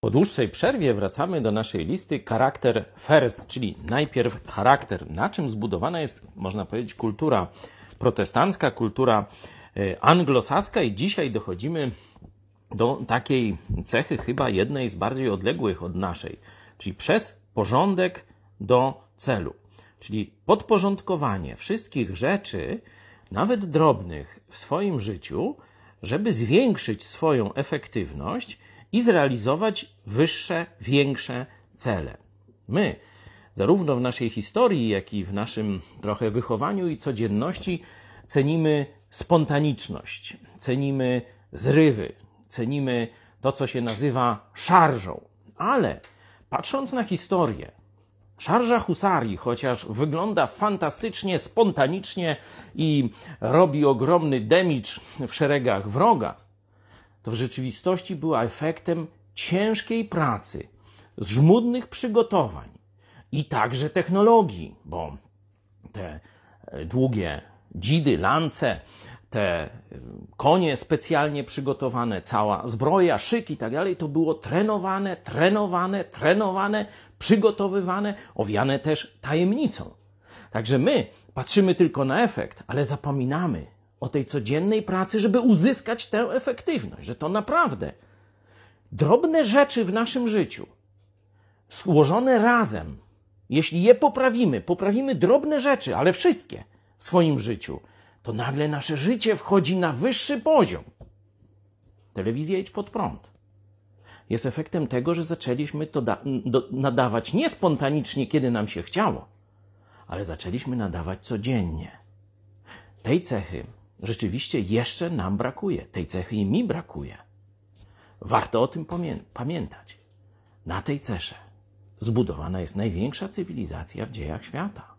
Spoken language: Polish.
Po dłuższej przerwie wracamy do naszej listy charakter first, czyli najpierw charakter. Na czym zbudowana jest, można powiedzieć, kultura protestancka, kultura anglosaska i dzisiaj dochodzimy do takiej cechy chyba jednej z bardziej odległych od naszej, czyli przez porządek do celu. Czyli podporządkowanie wszystkich rzeczy, nawet drobnych w swoim życiu, żeby zwiększyć swoją efektywność i zrealizować wyższe, większe cele. My, zarówno w naszej historii, jak i w naszym trochę wychowaniu i codzienności, cenimy spontaniczność, cenimy zrywy, cenimy to, co się nazywa szarżą. Ale patrząc na historię, szarża husarii, chociaż wygląda fantastycznie, spontanicznie i robi ogromny damage w szeregach wroga, to w rzeczywistości była efektem ciężkiej pracy, żmudnych przygotowań i także technologii, bo te długie dzidy, lance, te konie specjalnie przygotowane, cała zbroja, szyk i tak dalej, to było trenowane, przygotowywane, owiane też tajemnicą. Także my patrzymy tylko na efekt, ale zapominamy o tej codziennej pracy, żeby uzyskać tę efektywność, że to naprawdę drobne rzeczy w naszym życiu, złożone razem, jeśli je poprawimy drobne rzeczy, ale wszystkie w swoim życiu, to nagle nasze życie wchodzi na wyższy poziom. Telewizja Idź Pod Prąd jest efektem tego, że zaczęliśmy to nadawać nie spontanicznie, kiedy nam się chciało, ale zaczęliśmy nadawać codziennie. Tej cechy rzeczywiście jeszcze nam brakuje. Tej cechy i mi brakuje. Warto o tym pamiętać. Na tej cesze zbudowana jest największa cywilizacja w dziejach świata.